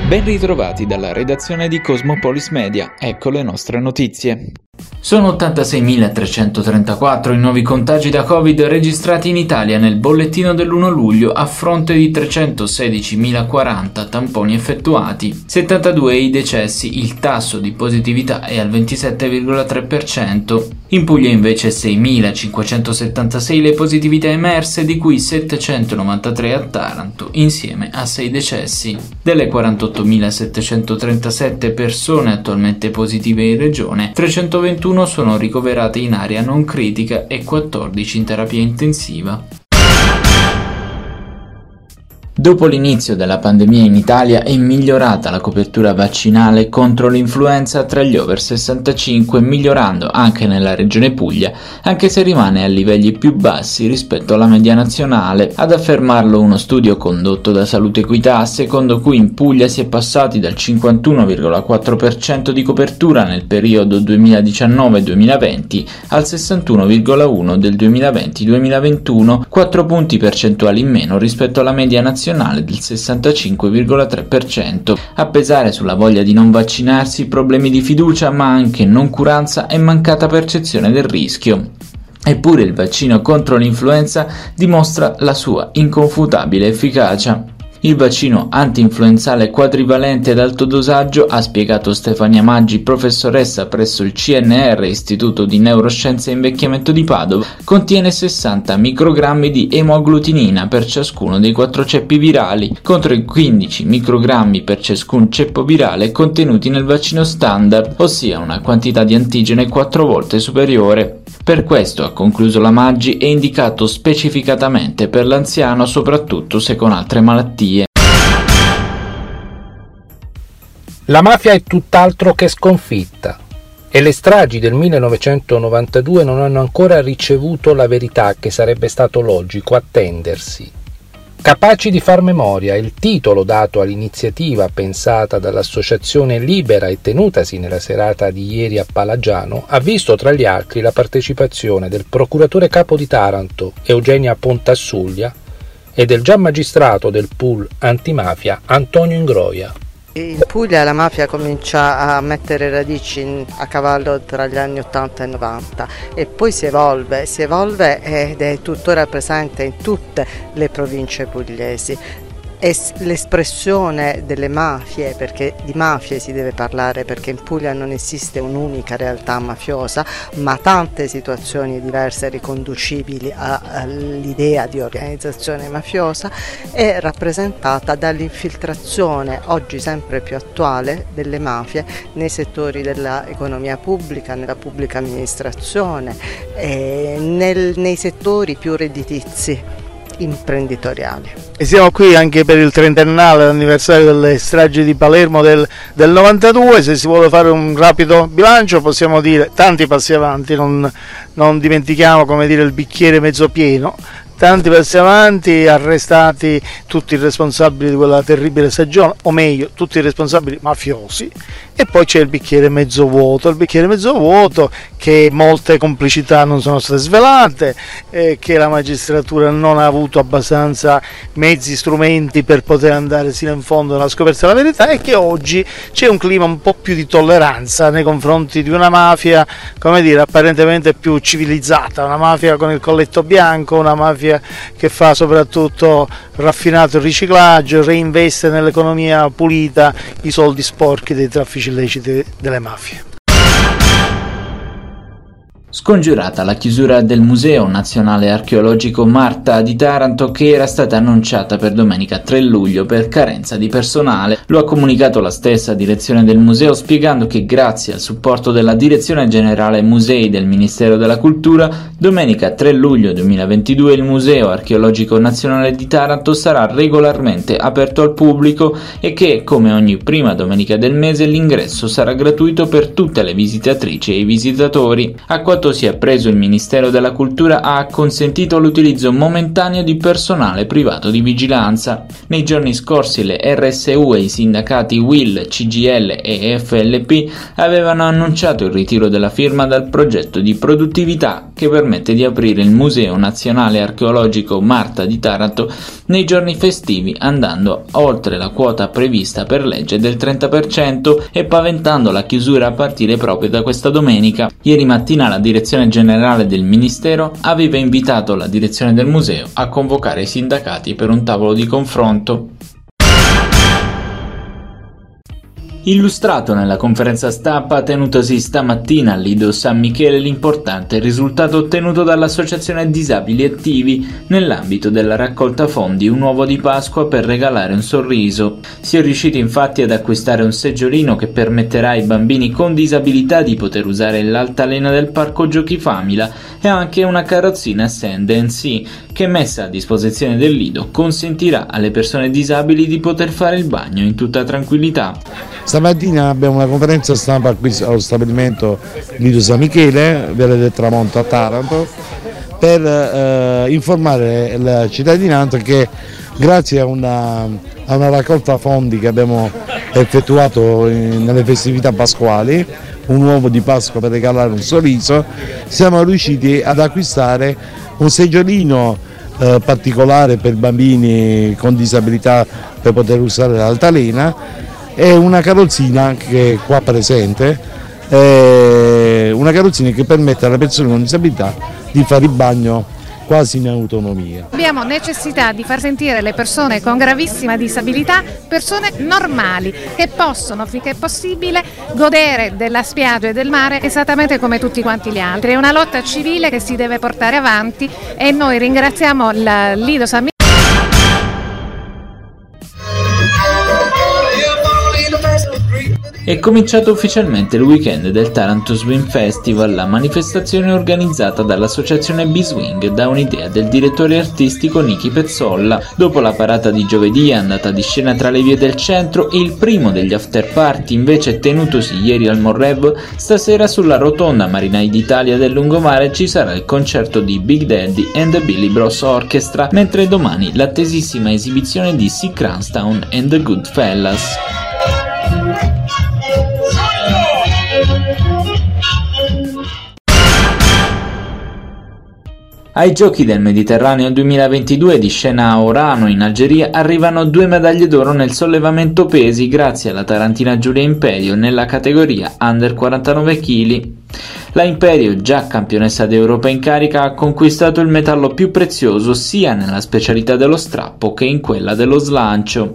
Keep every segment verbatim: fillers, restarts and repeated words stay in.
Ben ritrovati dalla redazione di Cosmopolis Media, ecco le nostre notizie. Sono ottantaseimilatrecentotrentaquattro i nuovi contagi da Covid registrati in Italia nel bollettino dell'primo luglio a fronte di trecentosedicimilaquaranta tamponi effettuati. settantadue i decessi, il tasso di positività è al ventisette virgola tre per cento. In Puglia invece seimilacinquecentosettantasei le positività emerse, di cui settecentonovantatré a Taranto, insieme a sei decessi. Delle quarantottomilasettecentotrentasette persone attualmente positive in regione, trecentoventuno sono ricoverate in area non critica e quattordici in terapia intensiva. Dopo l'inizio della pandemia in Italia è migliorata la copertura vaccinale contro l'influenza tra gli over sessantacinque, migliorando anche nella regione Puglia, anche se rimane a livelli più bassi rispetto alla media nazionale. Ad affermarlo uno studio condotto da Salute Equità, secondo cui in Puglia si è passati dal cinquantuno virgola quattro per cento di copertura nel periodo duemiladiciannove duemilaventi al sessantuno virgola uno per cento del duemilaventi duemilaventuno, quattro punti percentuali in meno rispetto alla media nazionale del sessantacinque virgola tre per cento. A pesare sulla voglia di non vaccinarsi, problemi di fiducia, ma anche noncuranza e mancata percezione del rischio. Eppure il vaccino contro l'influenza dimostra la sua inconfutabile efficacia. Il vaccino anti-influenzale quadrivalente ad alto dosaggio, ha spiegato Stefania Maggi, professoressa presso il C N R, Istituto di Neuroscienze e Invecchiamento di Padova, contiene sessanta microgrammi di emoagglutinina per ciascuno dei quattro ceppi virali, contro i quindici microgrammi per ciascun ceppo virale contenuti nel vaccino standard, ossia una quantità di antigene quattro volte superiore. Per questo, ha concluso la Maggi, è indicato specificatamente per l'anziano, soprattutto se con altre malattie. La mafia è tutt'altro che sconfitta e le stragi del millenovecentonovantadue non hanno ancora ricevuto la verità che sarebbe stato logico attendersi. Capaci di far memoria, il titolo dato all'iniziativa pensata dall'Associazione Libera e tenutasi nella serata di ieri a Palagiano, ha visto tra gli altri la partecipazione del procuratore capo di Taranto Eugenia Pontasuglia e del già magistrato del pool antimafia Antonio Ingroia. In Puglia la mafia comincia a mettere radici in, a cavallo tra gli anni ottanta e novanta e poi si evolve, si evolve ed è tuttora presente in tutte le province pugliesi. È l'espressione delle mafie, perché di mafie si deve parlare, perché in Puglia non esiste un'unica realtà mafiosa, ma tante situazioni diverse riconducibili all'idea di organizzazione mafiosa, è rappresentata dall'infiltrazione oggi sempre più attuale delle mafie nei settori dell'economia pubblica, nella pubblica amministrazione, e nel, nei settori più redditizi imprenditoriali. E siamo qui anche per il trentennale anniversario delle stragi di Palermo del, del novantadue. Se si vuole fare un rapido bilancio possiamo dire tanti passi avanti, non, non dimentichiamo, come dire, il bicchiere mezzo pieno. Tanti passi avanti, arrestati tutti i responsabili di quella terribile stagione, o meglio, tutti i responsabili mafiosi, e poi c'è il bicchiere mezzo vuoto, il bicchiere mezzo vuoto che molte complicità non sono state svelate, eh, che la magistratura non ha avuto abbastanza mezzi, strumenti per poter andare sino in fondo alla scoperta della verità, e che oggi c'è un clima un po' più di tolleranza nei confronti di una mafia, come dire, apparentemente più civilizzata, una mafia con il colletto bianco, una mafia che fa soprattutto raffinato il riciclaggio, reinveste nell'economia pulita i soldi sporchi dei traffici illeciti delle mafie. Scongiurata la chiusura del Museo Nazionale Archeologico Marta di Taranto, che era stata annunciata per domenica tre luglio per carenza di personale. Lo ha comunicato la stessa direzione del museo, spiegando che grazie al supporto della Direzione Generale Musei del Ministero della Cultura, domenica tre luglio duemilaventidue il Museo Archeologico Nazionale di Taranto sarà regolarmente aperto al pubblico e che, come ogni prima domenica del mese, l'ingresso sarà gratuito per tutte le visitatrici e i visitatori. A quattro si è preso il Ministero della Cultura ha consentito l'utilizzo momentaneo di personale privato di vigilanza. Nei giorni scorsi le R S U e i sindacati U I L, C G I L e F L P avevano annunciato il ritiro della firma dal progetto di produttività che permette di aprire il Museo Nazionale Archeologico Marta di Taranto nei giorni festivi, andando oltre la quota prevista per legge del trenta per cento e paventando la chiusura a partire proprio da questa domenica. Ieri mattina la direzione generale del Ministero aveva invitato la direzione del museo a convocare i sindacati per un tavolo di confronto. Illustrato nella conferenza stampa tenutosi stamattina al Lido San Michele l'importante risultato ottenuto dall'Associazione Disabili Attivi nell'ambito della raccolta fondi Un uovo di Pasqua per regalare un sorriso. Si è riusciti infatti ad acquistare un seggiolino che permetterà ai bambini con disabilità di poter usare l'altalena del parco giochi Famila e anche una carrozzina Sand and Sea che, messa a disposizione del Lido, consentirà alle persone disabili di poter fare il bagno in tutta tranquillità. Stamattina abbiamo una conferenza stampa qui allo stabilimento Lido San Michele, Viale del Tramonto a Taranto, per eh, informare la cittadinanza che grazie a una, a una raccolta fondi che abbiamo effettuato in, nelle festività pasquali, un uovo di Pasqua per regalare un sorriso, siamo riusciti ad acquistare un seggiolino eh, particolare per bambini con disabilità per poter usare l'altalena e una carrozzina che è qua presente, eh, una carrozzina che permette alle persone con disabilità di fare il bagno quasi in autonomia. Abbiamo necessità di far sentire le persone con gravissima disabilità persone normali che possono, finché è possibile, godere della spiaggia e del mare esattamente come tutti quanti gli altri. È una lotta civile che si deve portare avanti e noi ringraziamo il Lido San Michele. È cominciato ufficialmente il weekend del Taranto Swing Festival, la manifestazione organizzata dall'associazione B-Swing da un'idea del direttore artistico Nichi Pezzolla. Dopo la parata di giovedì andata di scena tra le vie del centro, il primo degli after party invece tenutosi ieri al Morrev, stasera sulla rotonda Marinai d'Italia del Lungomare ci sarà il concerto di Big Daddy and the Billy Bros Orchestra, mentre domani l'attesissima esibizione di Sea Cranstown and the Goodfellas. Ai Giochi del Mediterraneo duemilaventidue di scena a Orano in Algeria arrivano due medaglie d'oro nel sollevamento pesi grazie alla tarantina Giulia Imperio nella categoria under quarantanove chili. La Imperio, già campionessa d'Europa in carica, ha conquistato il metallo più prezioso sia nella specialità dello strappo che in quella dello slancio.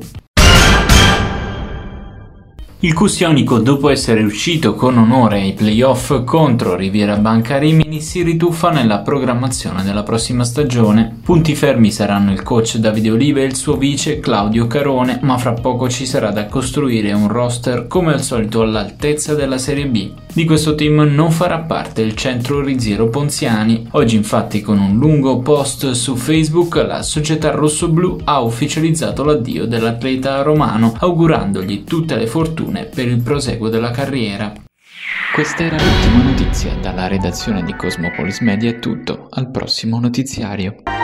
Il Custionico, dopo essere uscito con onore ai playoff contro Riviera Banca Rimini, si rituffa nella programmazione della prossima stagione. Punti fermi saranno il coach Davide Oliva e il suo vice Claudio Carone, ma fra poco ci sarà da costruire un roster come al solito all'altezza della Serie B. Di questo team non farà parte il centro Rizziero Ponziani. Oggi infatti, con un lungo post su Facebook, la società rossoblù ha ufficializzato l'addio dell'atleta romano, augurandogli tutte le fortune per il proseguo della carriera. Questa era l'ultima notizia. Dalla redazione di Cosmopolis Media è tutto. Al prossimo notiziario.